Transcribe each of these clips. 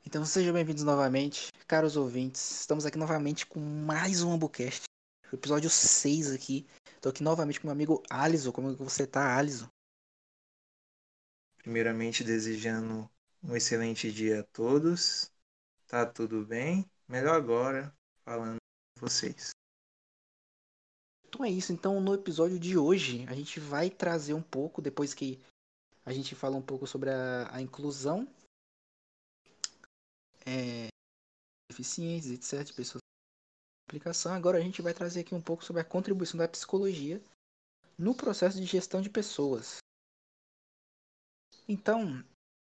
Então sejam bem-vindos novamente, caros ouvintes. Estamos aqui novamente com mais um AmbuCast, episódio 6 aqui. Estou aqui novamente com meu amigo Alisson. Como é que você tá, Alisson? Primeiramente, desejando um excelente dia a todos. Tá tudo bem? Melhor agora, falando com vocês. Então é isso. Então no episódio de hoje a gente vai trazer um pouco, depois que a gente fala um pouco sobre a inclusão, deficientes, etc., de pessoas com aplicação. Agora a gente vai trazer aqui um pouco sobre a contribuição da psicologia no processo de gestão de pessoas. Então,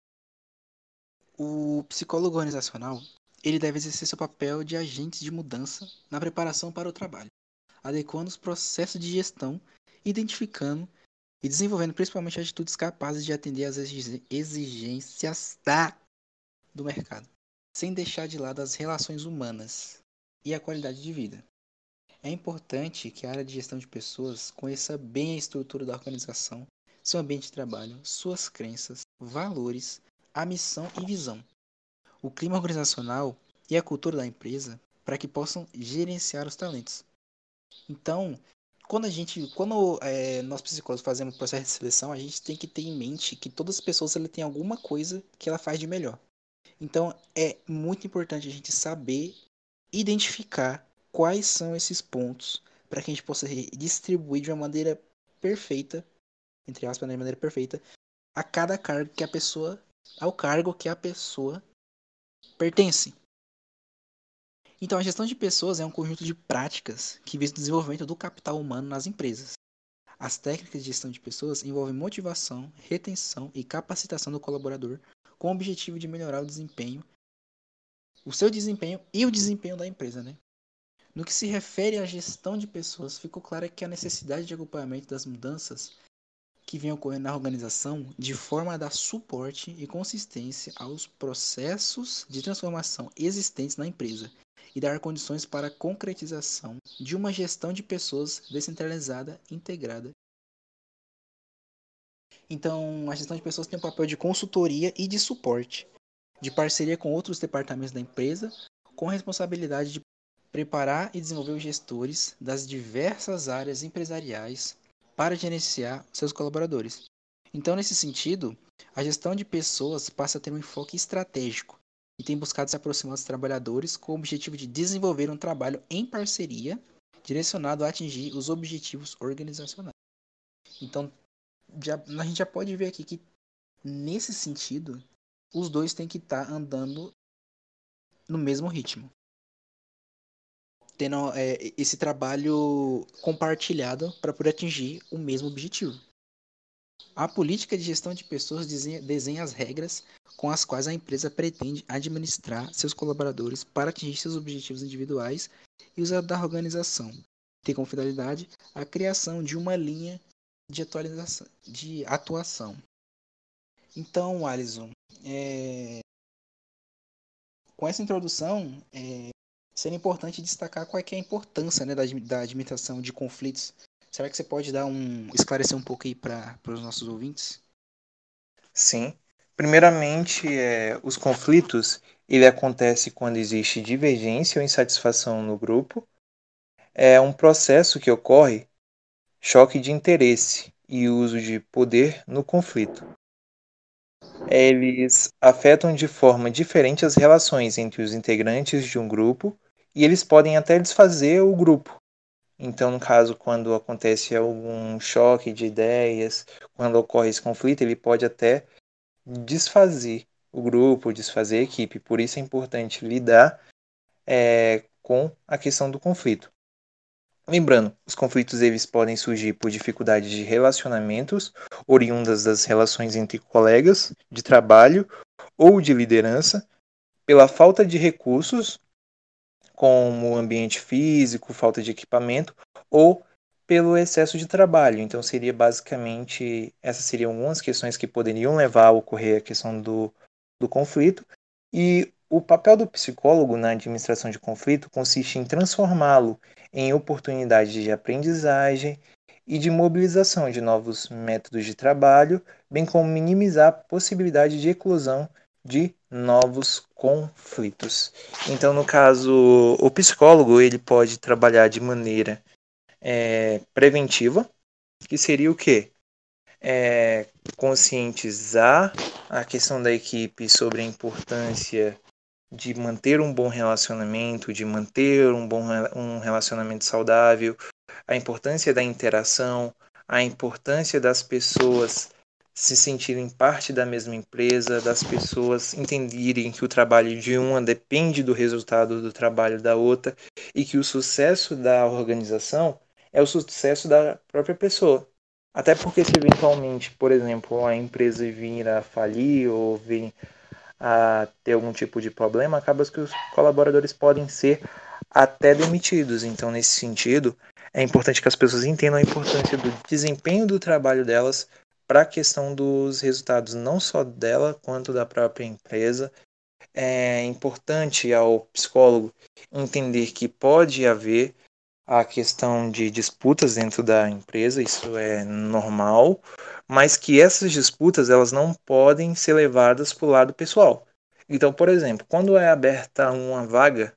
o psicólogo organizacional, ele deve exercer seu papel de agente de mudança na preparação para o trabalho, adequando os processos de gestão, identificando e desenvolvendo principalmente atitudes capazes de atender às exigências do mercado, sem deixar de lado as relações humanas e a qualidade de vida. É importante que a área de gestão de pessoas conheça bem a estrutura da organização, seu ambiente de trabalho, suas crenças, valores, a missão e visão, o clima organizacional e a cultura da empresa para que possam gerenciar os talentos. Então, quando nós psicólogos fazemos o processo de seleção, a gente tem que ter em mente que todas as pessoas têm alguma coisa que ela faz de melhor. Então, é muito importante a gente saber identificar quais são esses pontos para que a gente possa distribuir de uma maneira perfeita, entre aspas, de maneira perfeita, a cada cargo que a pessoa, ao cargo que a pessoa pertence. Então, a gestão de pessoas é um conjunto de práticas que visa o desenvolvimento do capital humano nas empresas. As técnicas de gestão de pessoas envolvem motivação, retenção e capacitação do colaborador com o objetivo de melhorar o seu desempenho e o desempenho da empresa, né? No que se refere à gestão de pessoas, ficou claro que a necessidade de acompanhamento das mudanças que vêm ocorrendo na organização de forma a dar suporte e consistência aos processos de transformação existentes na empresa e dar condições para a concretização de uma gestão de pessoas descentralizada, integrada. Então, a gestão de pessoas tem um papel de consultoria e de suporte, de parceria com outros departamentos da empresa, com a responsabilidade de preparar e desenvolver os gestores das diversas áreas empresariais para gerenciar seus colaboradores. Então, nesse sentido, a gestão de pessoas passa a ter um enfoque estratégico e tem buscado se aproximar dos trabalhadores com o objetivo de desenvolver um trabalho em parceria direcionado a atingir os objetivos organizacionais. Então, a gente já pode ver aqui que, nesse sentido, os dois têm que estar andando no mesmo ritmo, tendo esse trabalho compartilhado para poder atingir o mesmo objetivo. A política de gestão de pessoas desenha as regras com as quais a empresa pretende administrar seus colaboradores para atingir seus objetivos individuais e os da organização. Tem como finalidade a criação de uma linha de atuação. Então, Alisson, com essa introdução, seria importante destacar qual é a importância, né, da administração de conflitos. Será que você pode esclarecer um pouco aí para os nossos ouvintes? Sim. Primeiramente, os conflitos, ele acontece quando existe divergência ou insatisfação no grupo. É um processo que ocorre choque de interesse e uso de poder no conflito. Eles afetam de forma diferente as relações entre os integrantes de um grupo e eles podem até desfazer o grupo. Então, no caso, quando acontece algum choque de ideias, quando ocorre esse conflito, ele pode até desfazer o grupo, desfazer a equipe. Por isso é importante lidar com a questão do conflito. Lembrando, os conflitos eles podem surgir por dificuldades de relacionamentos, oriundas das relações entre colegas de trabalho ou de liderança, pela falta de recursos, como ambiente físico, falta de equipamento, ou pelo excesso de trabalho. Então, seria basicamente, essas seriam algumas questões que poderiam levar a ocorrer a questão do conflito. E o papel do psicólogo na administração de conflito consiste em transformá-lo em oportunidade de aprendizagem e de mobilização de novos métodos de trabalho, bem como minimizar a possibilidade de eclosão de novos conflitos. Então, no caso, o psicólogo ele pode trabalhar de maneira preventiva, que seria o quê? Conscientizar a questão da equipe sobre a importância de manter um bom relacionamento, de manter um relacionamento saudável, a importância da interação, a importância das pessoas se sentirem parte da mesma empresa, das pessoas entenderem que o trabalho de uma depende do resultado do trabalho da outra e que o sucesso da organização é o sucesso da própria pessoa. Até porque se eventualmente, por exemplo, a empresa vir a falir ou vir a ter algum tipo de problema, acaba que os colaboradores podem ser até demitidos. Então, nesse sentido, é importante que as pessoas entendam a importância do desempenho do trabalho delas para a questão dos resultados, não só dela, quanto da própria empresa. É importante ao psicólogo entender que pode haver a questão de disputas dentro da empresa, isso é normal, mas que essas disputas elas não podem ser levadas para o lado pessoal. Então, por exemplo, quando é aberta uma vaga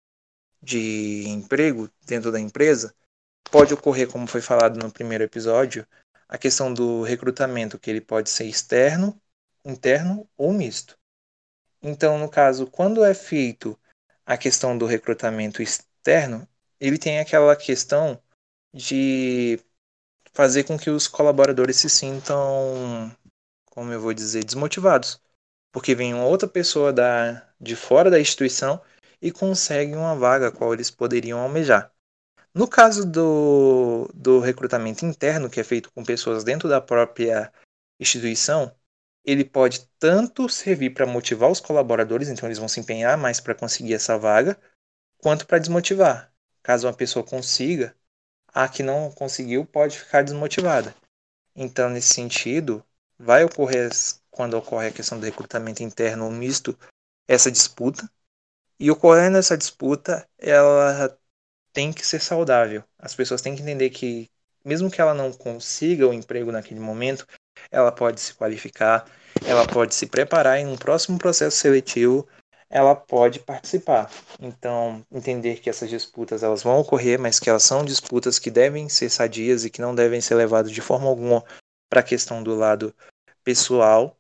de emprego dentro da empresa, pode ocorrer, como foi falado no primeiro episódio, a questão do recrutamento, que ele pode ser externo, interno ou misto. Então, no caso, quando é feito a questão do recrutamento externo, ele tem aquela questão de fazer com que os colaboradores se sintam, como eu vou dizer, desmotivados, porque vem uma outra pessoa de fora da instituição e consegue uma vaga a qual eles poderiam almejar. No caso do recrutamento interno, que é feito com pessoas dentro da própria instituição, ele pode tanto servir para motivar os colaboradores, então eles vão se empenhar mais para conseguir essa vaga, quanto para desmotivar. Caso uma pessoa consiga, a que não conseguiu pode ficar desmotivada. Então, nesse sentido, vai ocorrer, quando ocorre a questão do recrutamento interno ou misto, essa disputa. E ocorrendo essa disputa, ela tem que ser saudável. As pessoas têm que entender que, mesmo que ela não consiga o emprego naquele momento, ela pode se qualificar, ela pode se preparar e, no próximo processo seletivo, ela pode participar. Então, entender que essas disputas elas vão ocorrer, mas que elas são disputas que devem ser sadias e que não devem ser levadas de forma alguma para a questão do lado pessoal.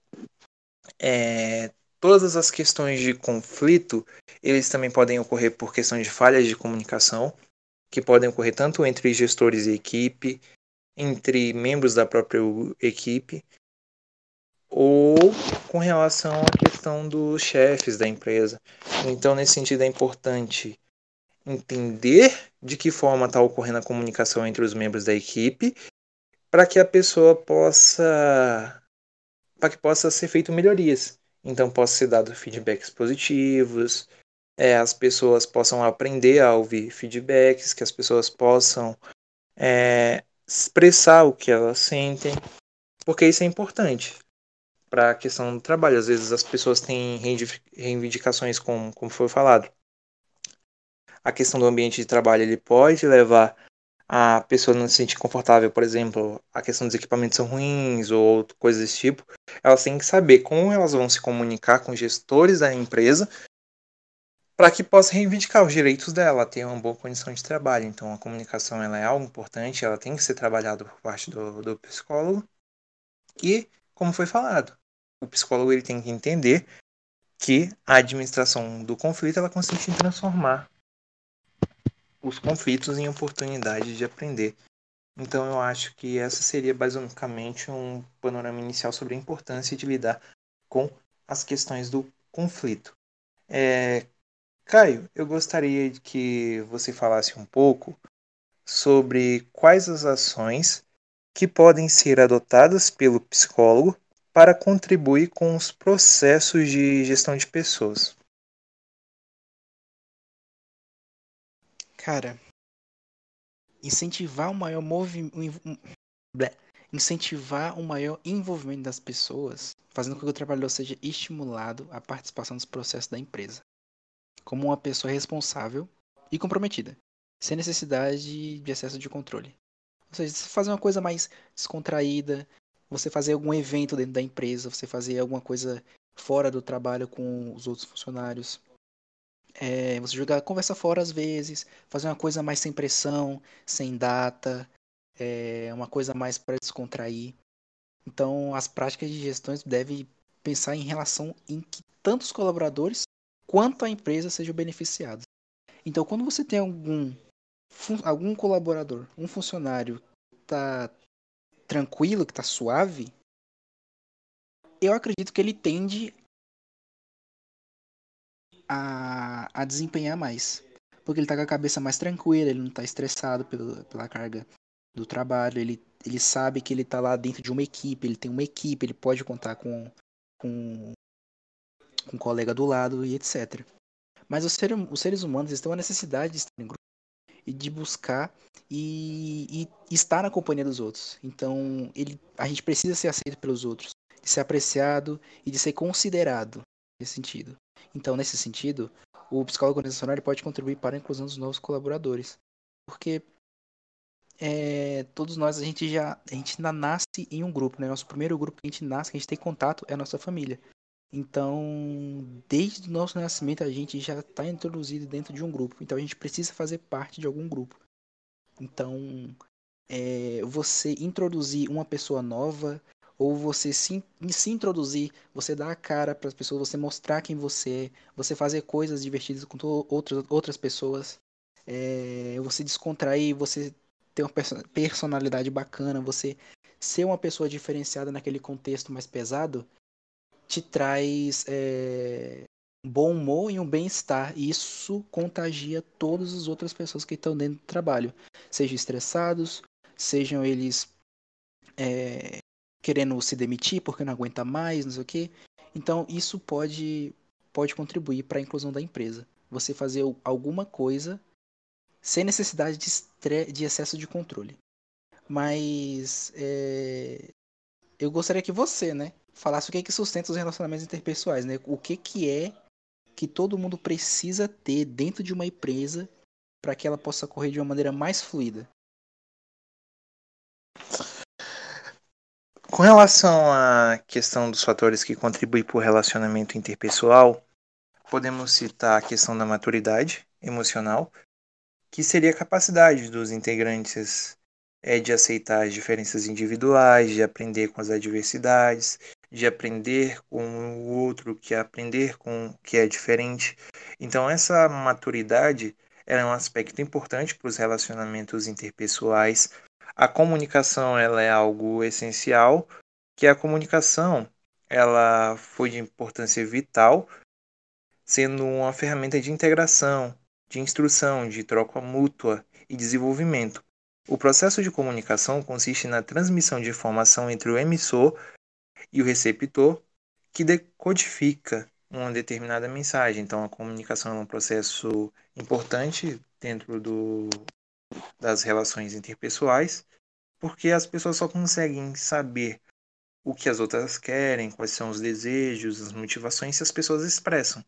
Todas as questões de conflito, eles também podem ocorrer por questões de falhas de comunicação, que podem ocorrer tanto entre gestores e equipe, entre membros da própria equipe, ou com relação à questão dos chefes da empresa. Então, nesse sentido, é importante entender de que forma está ocorrendo a comunicação entre os membros da equipe, para que a pessoa para que possa ser feito melhorias. Então, possa ser dado feedbacks positivos, as pessoas possam aprender a ouvir feedbacks, que as pessoas possam expressar o que elas sentem, porque isso é importante para a questão do trabalho. Às vezes as pessoas têm reivindicações, como foi falado. A questão do ambiente de trabalho ele pode levar a pessoa não se sentir confortável, por exemplo, a questão dos equipamentos são ruins ou coisas desse tipo. Elas têm que saber como elas vão se comunicar com os gestores da empresa para que possa reivindicar os direitos dela, ter uma boa condição de trabalho. Então, a comunicação ela é algo importante, ela tem que ser trabalhada por parte do psicólogo. E, como foi falado, o psicólogo ele tem que entender que a administração do conflito ela consiste em transformar os conflitos em oportunidade de aprender. Então, eu acho que essa seria basicamente um panorama inicial sobre a importância de lidar com as questões do conflito. Caio, eu gostaria que você falasse um pouco sobre quais as ações que podem ser adotadas pelo psicólogo para contribuir com os processos de gestão de pessoas. Cara, incentivar incentivar um maior envolvimento das pessoas, fazendo com que o trabalhador seja estimulado à participação dos processos da empresa, como uma pessoa responsável e comprometida, sem necessidade de excesso de controle. Ou seja, você fazer uma coisa mais descontraída, você fazer algum evento dentro da empresa, você fazer alguma coisa fora do trabalho com os outros funcionários. Você jogar conversa fora às vezes, fazer uma coisa mais sem pressão, sem data, uma coisa mais para descontrair. Então, as práticas de gestão devem pensar em relação em que tanto os colaboradores quanto a empresa sejam beneficiados. Então, quando você tem algum colaborador, um funcionário que está tranquilo, que está suave, eu acredito que ele tende a desempenhar mais. Porque ele está com a cabeça mais tranquila, ele não está estressado pela carga do trabalho, ele sabe que ele está lá dentro de uma equipe, ele tem uma equipe, ele pode contar com um colega do lado e etc. Mas os seres humanos eles têm uma necessidade de estar em grupo e de buscar e estar na companhia dos outros. Então, a gente precisa ser aceito pelos outros, de ser apreciado e de ser considerado nesse sentido. Então, nesse sentido, o psicólogo organizacional ele pode contribuir para a inclusão dos novos colaboradores, porque todos nós a gente ainda nasce em um grupo, né? Nosso primeiro grupo que a gente nasce, que a gente tem contato é a nossa família. Então, desde o nosso nascimento, a gente já está introduzido dentro de um grupo. Então, a gente precisa fazer parte de algum grupo. Então, você introduzir uma pessoa nova, ou você se introduzir, você dar a cara para as pessoas, você mostrar quem você é, você fazer coisas divertidas com outras pessoas, você descontrair, você ter uma personalidade bacana, você ser uma pessoa diferenciada naquele contexto mais pesado te traz um bom humor e um bem-estar. E isso contagia todas as outras pessoas que estão dentro do trabalho. Sejam estressados, sejam eles querendo se demitir porque não aguenta mais, não sei o quê. Então isso pode contribuir para a inclusão da empresa. Você fazer alguma coisa sem necessidade de excesso de controle. Mas eu gostaria que você, né, falasse o que é que sustenta os relacionamentos interpessoais, né? O que é que todo mundo precisa ter dentro de uma empresa para que ela possa correr de uma maneira mais fluida. Com relação à questão dos fatores que contribuem para o relacionamento interpessoal, podemos citar a questão da maturidade emocional, que seria a capacidade dos integrantes de aceitar as diferenças individuais, de aprender com as adversidades, de aprender com o outro, que é aprender com o que é diferente. Então, essa maturidade é um aspecto importante para os relacionamentos interpessoais. A comunicação ela é algo essencial, que a comunicação ela foi de importância vital, sendo uma ferramenta de integração, de instrução, de troca mútua e desenvolvimento. O processo de comunicação consiste na transmissão de informação entre o emissor e o receptor, que decodifica uma determinada mensagem. Então, a comunicação é um processo importante dentro das relações interpessoais, porque as pessoas só conseguem saber o que as outras querem, quais são os desejos, as motivações, se as pessoas expressam.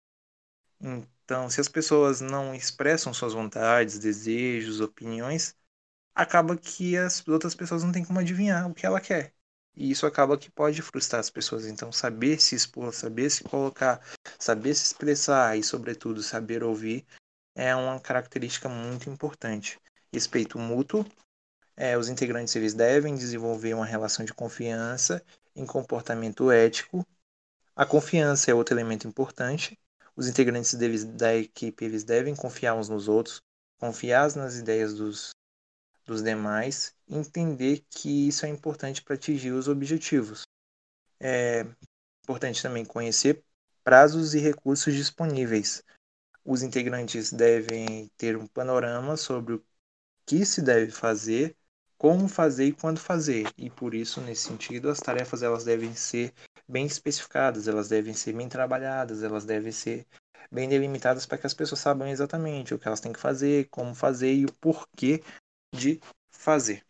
Então, se as pessoas não expressam suas vontades, desejos, opiniões, acaba que as outras pessoas não têm como adivinhar o que ela quer. E isso acaba que pode frustrar as pessoas. Então, saber se expor, saber se colocar, saber se expressar e, sobretudo, saber ouvir é uma característica muito importante. Respeito mútuo. Os integrantes eles devem desenvolver uma relação de confiança em comportamento ético. A confiança é outro elemento importante. Os integrantes da equipe eles devem confiar uns nos outros, confiar nas ideias dos demais, entender que isso é importante para atingir os objetivos. É importante também conhecer prazos e recursos disponíveis. Os integrantes devem ter um panorama sobre o que se deve fazer, como fazer e quando fazer. E por isso, nesse sentido, as tarefas elas devem ser bem especificadas, elas devem ser bem trabalhadas, elas devem ser bem delimitadas para que as pessoas saibam exatamente o que elas têm que fazer, como fazer e o porquê de fazer.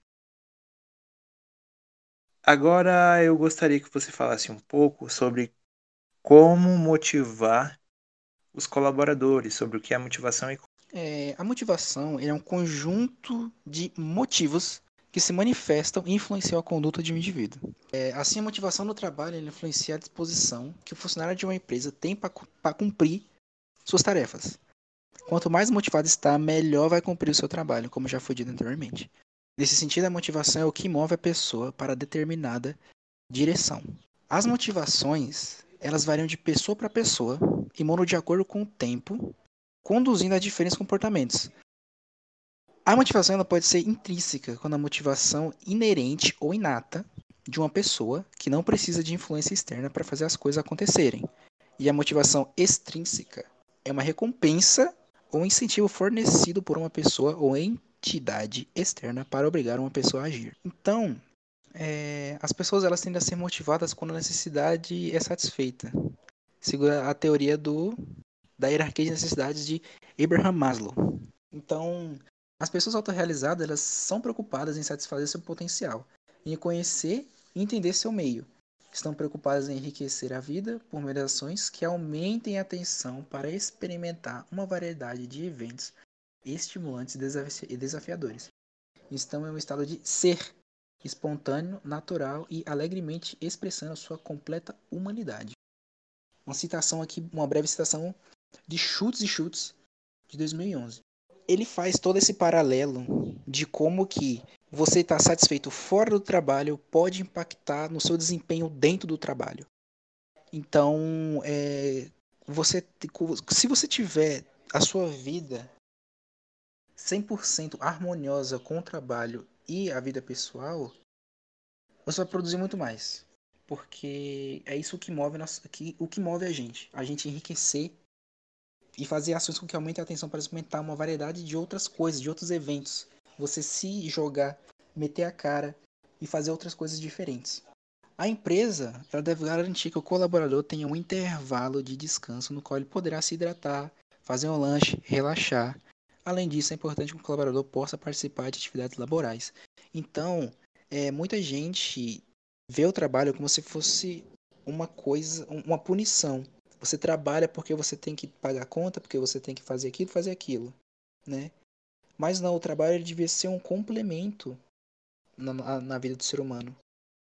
Agora eu gostaria que você falasse um pouco sobre como motivar os colaboradores, sobre o que é motivação e A motivação é um conjunto de motivos que se manifestam e influenciam a conduta de um indivíduo. Assim, a motivação no trabalho influencia a disposição que o funcionário de uma empresa tem para cumprir suas tarefas. Quanto mais motivado está, melhor vai cumprir o seu trabalho, como já foi dito anteriormente. Nesse sentido, a motivação é o que move a pessoa para determinada direção. As motivações, elas variam de pessoa para pessoa e mudam de acordo com o tempo, conduzindo a diferentes comportamentos. A motivação ela pode ser intrínseca, quando a motivação inerente ou inata de uma pessoa que não precisa de influência externa para fazer as coisas acontecerem. E a motivação extrínseca é uma recompensa ou incentivo fornecido por uma pessoa ou entidade externa para obrigar uma pessoa a agir. Então, as pessoas elas tendem a ser motivadas quando a necessidade é satisfeita. Segundo a teoria da hierarquia de necessidades de Abraham Maslow. Então, as pessoas autorrealizadas elas são preocupadas em satisfazer seu potencial, em conhecer e entender seu meio. Estão preocupadas em enriquecer a vida por meio de ações que aumentem a atenção para experimentar uma variedade de eventos estimulantes e desafiadores. Estão em um estado de ser espontâneo, natural e alegremente expressando a sua completa humanidade. Uma citação aqui, uma breve citação de Schultz e Schultz, de 2011. Ele faz todo esse paralelo de como que você estar satisfeito fora do trabalho pode impactar no seu desempenho dentro do trabalho. Então, se você tiver a sua vida 100% harmoniosa com o trabalho e a vida pessoal, você vai produzir muito mais. Porque é isso que move, o que move a gente enriquecer e fazer ações com que aumente a atenção para experimentar uma variedade de outras coisas, de outros eventos. Você se jogar, meter a cara e fazer outras coisas diferentes. A empresa ela deve garantir que o colaborador tenha um intervalo de descanso no qual ele poderá se hidratar, fazer um lanche, relaxar. Além disso, é importante que o colaborador possa participar de atividades laborais. Então, muita gente vê o trabalho como se fosse uma coisa, uma punição. Você trabalha porque você tem que pagar a conta, porque você tem que fazer aquilo, né? Mas não, o trabalho ele devia ser um complemento na vida do ser humano.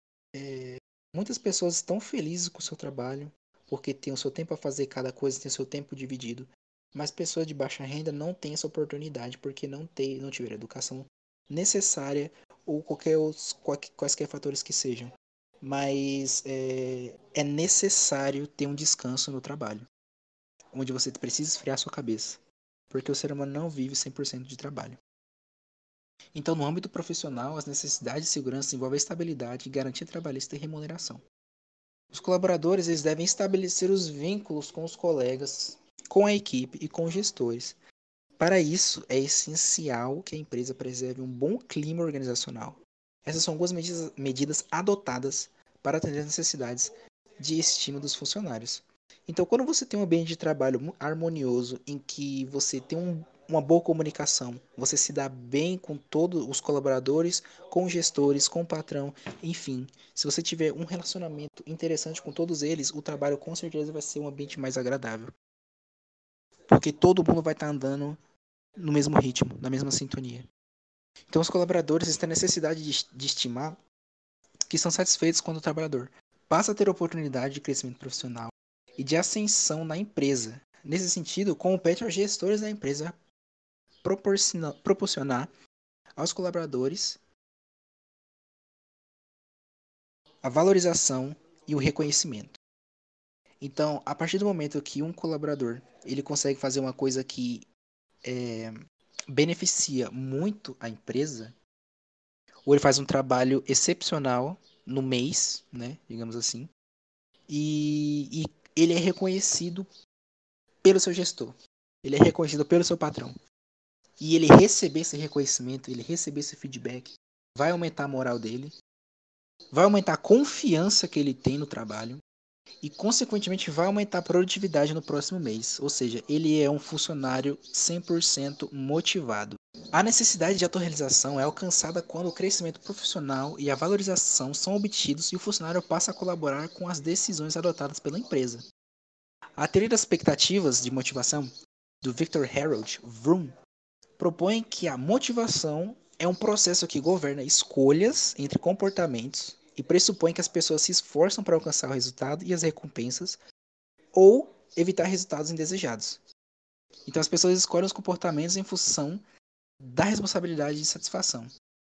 Muitas pessoas estão felizes com o seu trabalho, porque tem o seu tempo a fazer cada coisa, tem o seu tempo dividido. Mas pessoas de baixa renda não têm essa oportunidade porque não tiveram a educação necessária ou quaisquer fatores que sejam. Mas é necessário ter um descanso no trabalho, onde você precisa esfriar sua cabeça, porque o ser humano não vive 100% de trabalho. Então, no âmbito profissional, as necessidades de segurança envolvem a estabilidade, garantia trabalhista e remuneração. Os colaboradores eles devem estabelecer os vínculos com os colegas, com a equipe e com os gestores. Para isso, é essencial que a empresa preserve um bom clima organizacional. Essas são algumas medidas adotadas para atender as necessidades de estima dos funcionários. Então, quando você tem um ambiente de trabalho harmonioso, em que você tem uma boa comunicação, você se dá bem com todos os colaboradores, com os gestores, com o patrão, enfim, se você tiver um relacionamento interessante com todos eles, o trabalho com certeza vai ser um ambiente mais agradável. Porque todo mundo vai estar andando no mesmo ritmo, na mesma sintonia. Então, os colaboradores têm a necessidade de estimar que são satisfeitos quando o trabalhador passa a ter oportunidade de crescimento profissional e de ascensão na empresa. Nesse sentido, compete aos gestores da empresa proporcionar aos colaboradores a valorização e o reconhecimento. Então, a partir do momento que um colaborador ele consegue fazer uma coisa que beneficia muito a empresa, ou ele faz um trabalho excepcional no mês, né, digamos assim, e ele é reconhecido pelo seu gestor, ele é reconhecido pelo seu patrão. E ele receber esse reconhecimento, ele receber esse feedback, vai aumentar a moral dele, vai aumentar a confiança que ele tem no trabalho e, consequentemente, vai aumentar a produtividade no próximo mês. Ou seja, ele é um funcionário 100% motivado. A necessidade de autorrealização é alcançada quando o crescimento profissional e a valorização são obtidos e o funcionário passa a colaborar com as decisões adotadas pela empresa. A teoria das expectativas de motivação, do Victor Harold Vroom, propõe que a motivação é um processo que governa escolhas entre comportamentos e pressupõe que as pessoas se esforçam para alcançar o resultado e as recompensas ou evitar resultados indesejados. Então as pessoas escolhem os comportamentos em função da responsabilidade de satisfação.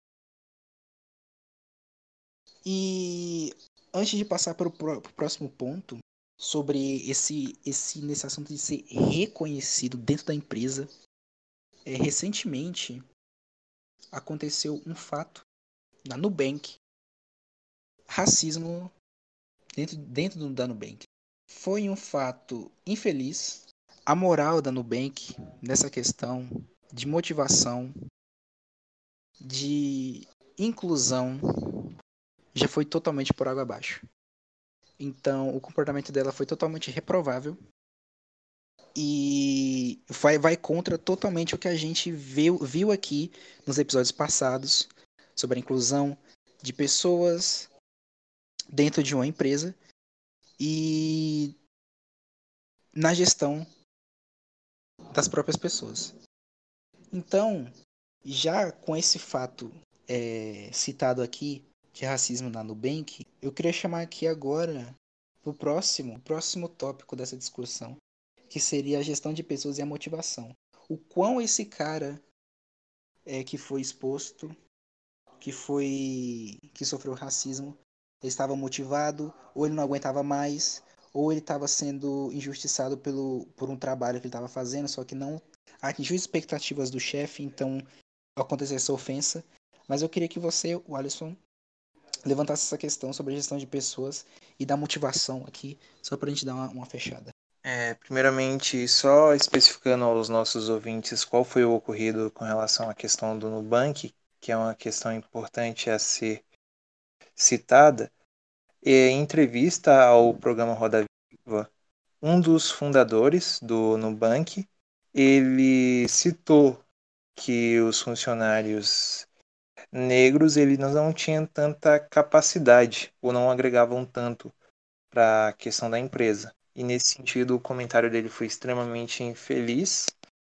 E antes de passar para o próximo ponto, sobre nesse assunto de ser reconhecido dentro da empresa, recentemente aconteceu um fato na Nubank, racismo dentro da Nubank. Foi um fato infeliz. A moral da Nubank nessa questão de motivação, de inclusão, já foi totalmente por água abaixo. Então, o comportamento dela foi totalmente reprovável e vai contra totalmente o que a gente viu aqui nos episódios passados sobre a inclusão de pessoas dentro de uma empresa e na gestão das próprias pessoas. Então, já com esse fato citado aqui, que é racismo na Nubank, eu queria chamar aqui agora para o próximo tópico dessa discussão, que seria a gestão de pessoas e a motivação. O quão esse cara que foi exposto, que sofreu racismo, ele estava motivado, ou ele não aguentava mais, ou ele estava sendo injustiçado por um trabalho que ele estava fazendo, só que não atingiu as expectativas do chefe, então aconteceu essa ofensa. Mas eu queria que você, o Alisson, levantasse essa questão sobre a gestão de pessoas e da motivação aqui, só para a gente dar uma fechada. Primeiramente, só especificando aos nossos ouvintes qual foi o ocorrido com relação à questão do Nubank, que é uma questão importante a ser citada. Em entrevista ao programa Roda Viva, um dos fundadores do Nubank, ele citou que os funcionários negros eles não tinham tanta capacidade ou não agregavam tanto para a questão da empresa. E nesse sentido, o comentário dele foi extremamente infeliz.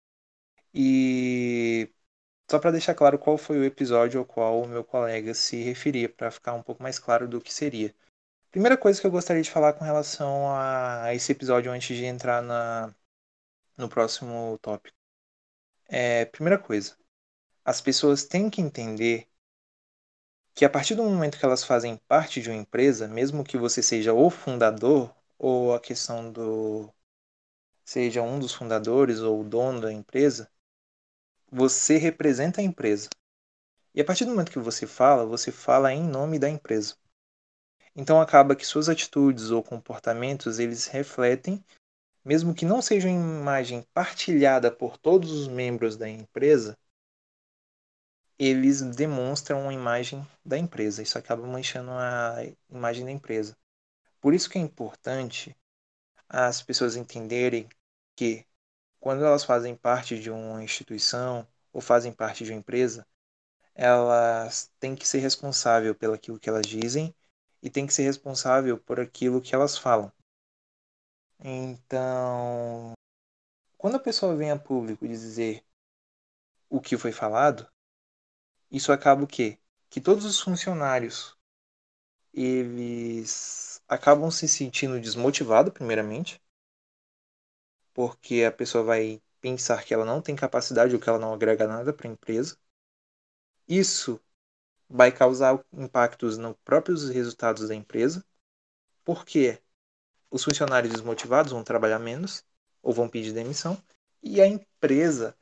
E só para deixar claro qual foi o episódio ao qual o meu colega se referia, para ficar um pouco mais claro do que seria. Primeira coisa que eu gostaria de falar com relação a esse episódio antes de entrar no próximo tópico. Primeira coisa, as pessoas têm que entender que a partir do momento que elas fazem parte de uma empresa, mesmo que você seja o fundador ou a questão do seja um dos fundadores ou o dono da empresa, você representa a empresa. E a partir do momento que você fala em nome da empresa. Então acaba que suas atitudes ou comportamentos, eles refletem, mesmo que não seja uma imagem partilhada por todos os membros da empresa, eles demonstram uma imagem da empresa. Isso acaba manchando a imagem da empresa. Por isso que é importante as pessoas entenderem que quando elas fazem parte de uma instituição ou fazem parte de uma empresa, elas têm que ser responsáveis pelo aquilo que elas dizem e têm que ser responsável por aquilo que elas falam. Então, quando a pessoa vem a público dizer o que foi falado, isso acaba o quê? Que todos os funcionários eles acabam se sentindo desmotivados, primeiramente, porque a pessoa vai pensar que ela não tem capacidade ou que ela não agrega nada para a empresa. Isso vai causar impactos nos próprios resultados da empresa, porque os funcionários desmotivados vão trabalhar menos ou vão pedir demissão e a empresa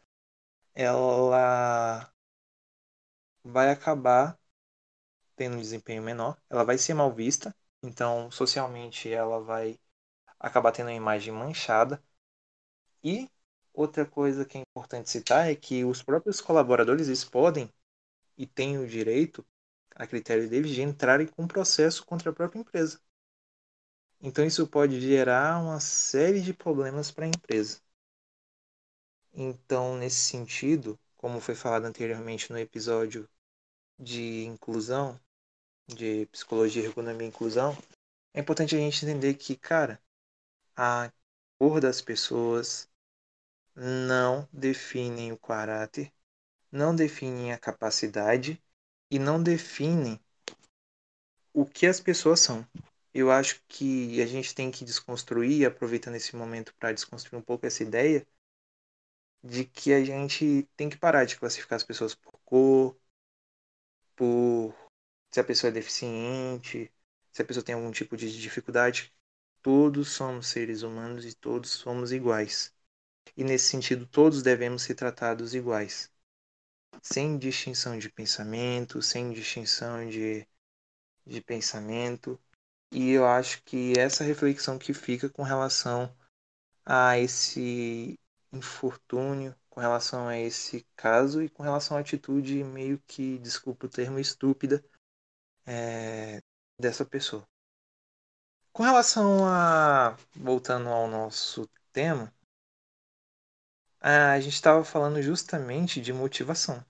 ela vai acabar tendo um desempenho menor, ela vai ser mal vista, então socialmente ela vai acabar tendo uma imagem manchada. E outra coisa que é importante citar é que os próprios colaboradores eles podem e têm o direito, a critério deles, de entrarem com um processo contra a própria empresa. Então isso pode gerar uma série de problemas para a empresa. Então, nesse sentido, como foi falado anteriormente no episódio de inclusão, de psicologia, ergonomia e inclusão, é importante a gente entender que, cara, a cor das pessoas não definem o caráter não definem a capacidade e não definem o que as pessoas são. Eu acho que a gente tem que desconstruir, aproveitando esse momento para desconstruir um pouco essa ideia de que a gente tem que parar de classificar as pessoas por cor, por se a pessoa é deficiente, se a pessoa tem algum tipo de dificuldade. Todos somos seres humanos e todos somos iguais. E nesse sentido, todos devemos ser tratados iguais, sem distinção de pensamento, sem distinção de pensamento. E eu acho que essa reflexão que fica com relação a esse infortúnio, com relação a esse caso e com relação à atitude meio que, desculpa o termo, estúpida dessa pessoa. Com relação a, voltando ao nosso tema, a gente estava falando justamente de motivação.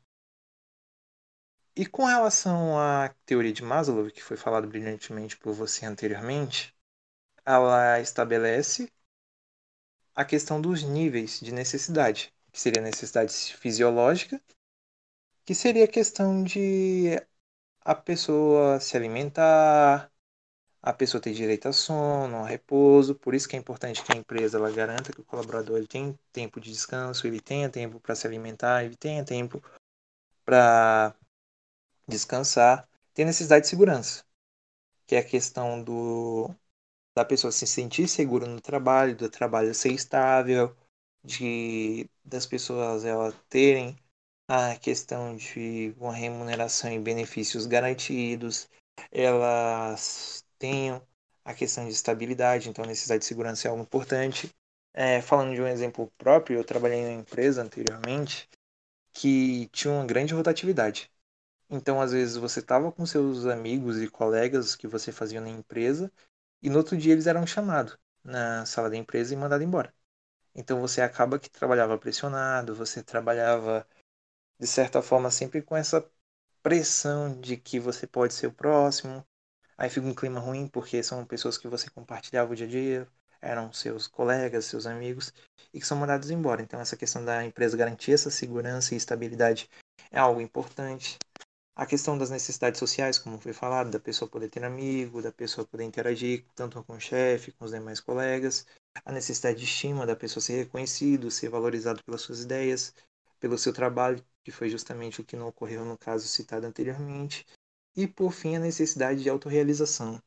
E com relação à teoria de Maslow, que foi falado brilhantemente por você anteriormente, ela estabelece a questão dos níveis de necessidade, que seria a necessidade fisiológica, que seria a questão de a pessoa se alimentar, a pessoa ter direito a sono, a repouso. Por isso que é importante que a empresa ela garanta que o colaborador ele tem tempo de descanso, ele tenha tempo para se alimentar, ele tenha tempo para descansar. Tem necessidade de segurança, que é a questão da pessoa se sentir segura no trabalho, do trabalho ser estável, das pessoas ela terem a questão de uma remuneração e benefícios garantidos, elas tenham a questão de estabilidade, então a necessidade de segurança é algo importante. Falando de um exemplo próprio, eu trabalhei em uma empresa anteriormente que tinha uma grande rotatividade. Então, às vezes, você estava com seus amigos e colegas que você fazia na empresa, e no outro dia eles eram chamados na sala da empresa e mandados embora. Então, você acaba que trabalhava pressionado, você trabalhava, de certa forma, sempre com essa pressão de que você pode ser o próximo. Aí fica um clima ruim, porque são pessoas que você compartilhava o dia a dia, eram seus colegas, seus amigos, e que são mandados embora. Então, essa questão da empresa garantir essa segurança e estabilidade é algo importante. A questão das necessidades sociais, como foi falado, da pessoa poder ter amigo, da pessoa poder interagir tanto com o chefe, com os demais colegas, a necessidade de estima, da pessoa ser reconhecido, ser valorizado pelas suas ideias, pelo seu trabalho, que foi justamente o que não ocorreu no caso citado anteriormente, e por fim a necessidade de autorrealização.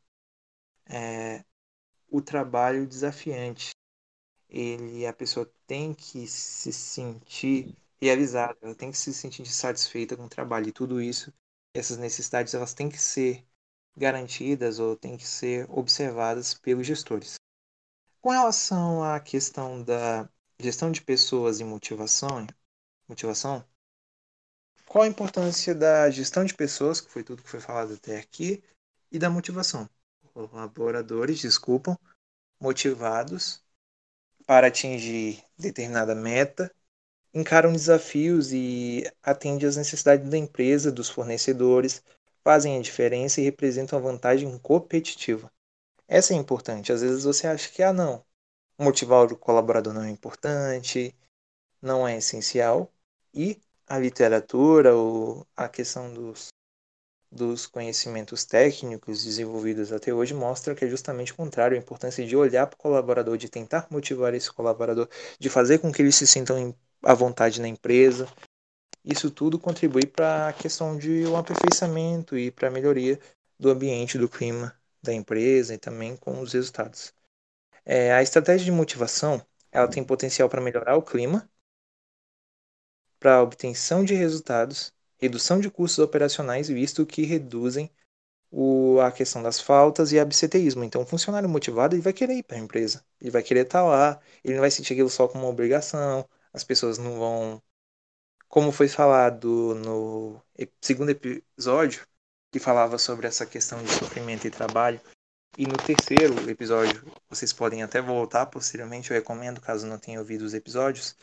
O trabalho desafiante, a pessoa tem que se sentir realizada, ela tem que se sentir satisfeita com o trabalho, e tudo isso, essas necessidades, elas têm que ser garantidas ou têm que ser observadas pelos gestores. Com relação à questão da gestão de pessoas e motivação, qual a importância da gestão de pessoas, que foi tudo que foi falado até aqui, e da motivação? Colaboradores, desculpam, motivados para atingir determinada meta, encaram desafios e atendem às necessidades da empresa, dos fornecedores, fazem a diferença e representam a vantagem competitiva. Essa é importante. Às vezes você acha que, não, motivar o colaborador não é importante, não é essencial, e a literatura ou a questão dos conhecimentos técnicos desenvolvidos até hoje mostra que é justamente o contrário, a importância de olhar para o colaborador, de tentar motivar esse colaborador, de fazer com que eles se sintam à vontade na empresa. Isso tudo contribui para a questão de um aperfeiçoamento e para a melhoria do ambiente, do clima da empresa e também com os resultados. A estratégia de motivação ela tem potencial para melhorar o clima, para a obtenção de resultados, redução de custos operacionais, visto que reduzem a questão das faltas e absenteísmo. Então, o funcionário motivado ele vai querer ir para a empresa, ele vai querer estar lá, ele não vai sentir aquilo só como uma obrigação, as pessoas não vão. Como foi falado no segundo episódio, que falava sobre essa questão de sofrimento e trabalho, e no terceiro episódio, vocês podem até voltar posteriormente, eu recomendo, caso não tenham ouvido os episódios,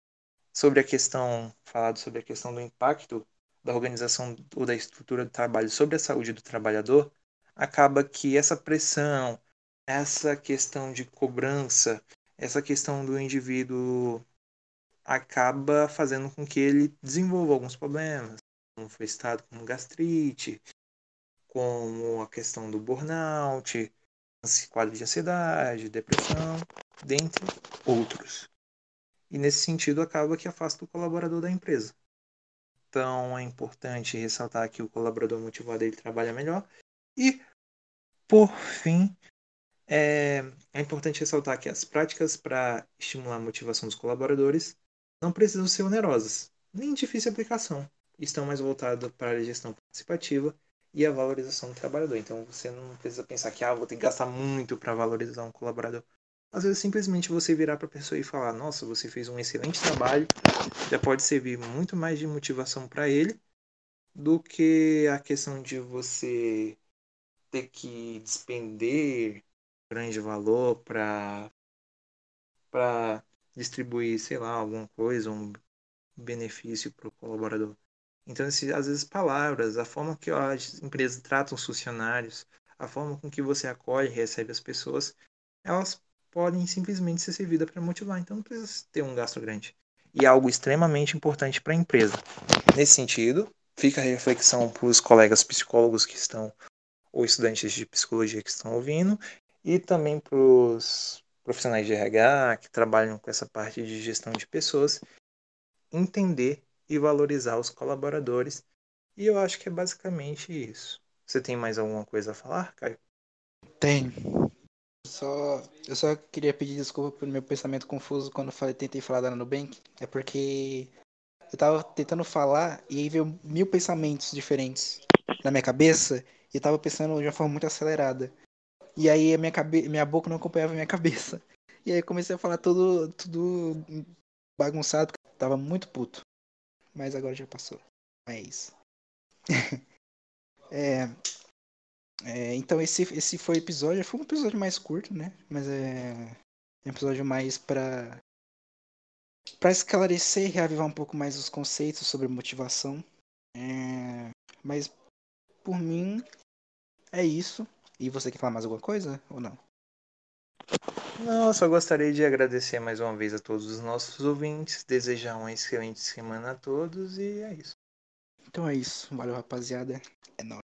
falado sobre a questão do impacto da organização ou da estrutura do trabalho sobre a saúde do trabalhador, acaba que essa pressão, essa questão de cobrança, essa questão do indivíduo acaba fazendo com que ele desenvolva alguns problemas, como foi citado, como gastrite, como a questão do burnout, quadro de ansiedade, depressão, dentre outros. E nesse sentido acaba que afasta o colaborador da empresa. Então é importante ressaltar que o colaborador motivado ele trabalha melhor. E, por fim, é importante ressaltar que as práticas para estimular a motivação dos colaboradores não precisam ser onerosas, nem de difícil aplicação. Estão mais voltadas para a gestão participativa e a valorização do trabalhador. Então você não precisa pensar que vou ter que gastar muito para valorizar um colaborador. Às vezes simplesmente você virar para a pessoa e falar: nossa, você fez um excelente trabalho, já pode servir muito mais de motivação para ele do que a questão de você ter que despender grande valor para distribuir, sei lá, alguma coisa, um benefício para o colaborador. Então, às vezes, palavras, a forma que as empresas tratam os funcionários, a forma com que você acolhe e recebe as pessoas, elas podem simplesmente ser servidas para motivar. Então, não precisa ter um gasto grande. E é algo extremamente importante para a empresa. Nesse sentido, fica a reflexão para os colegas psicólogos que estão, ou estudantes de psicologia que estão ouvindo, e também para os profissionais de RH que trabalham com essa parte de gestão de pessoas, entender e valorizar os colaboradores. E eu acho que é basicamente isso. Você tem mais alguma coisa a falar, Caio? Tem. Eu só queria pedir desculpa pelo meu pensamento confuso quando tentei falar da Nubank. É porque eu tava tentando falar e aí veio 1000 pensamentos diferentes na minha cabeça e eu tava pensando de uma forma muito acelerada. E aí minha boca não acompanhava a minha cabeça. E aí eu comecei a falar tudo bagunçado, porque eu tava muito puto. Mas agora já passou. É isso. É, então esse foi o episódio. Foi um episódio mais curto, né? Mas é um episódio mais para esclarecer e reavivar um pouco mais os conceitos sobre motivação. Mas por mim é isso. E você quer falar mais alguma coisa ou não? Não, eu só gostaria de agradecer mais uma vez a todos os nossos ouvintes, desejar uma excelente semana a todos e é isso. Então é isso. Valeu, rapaziada. É nóis.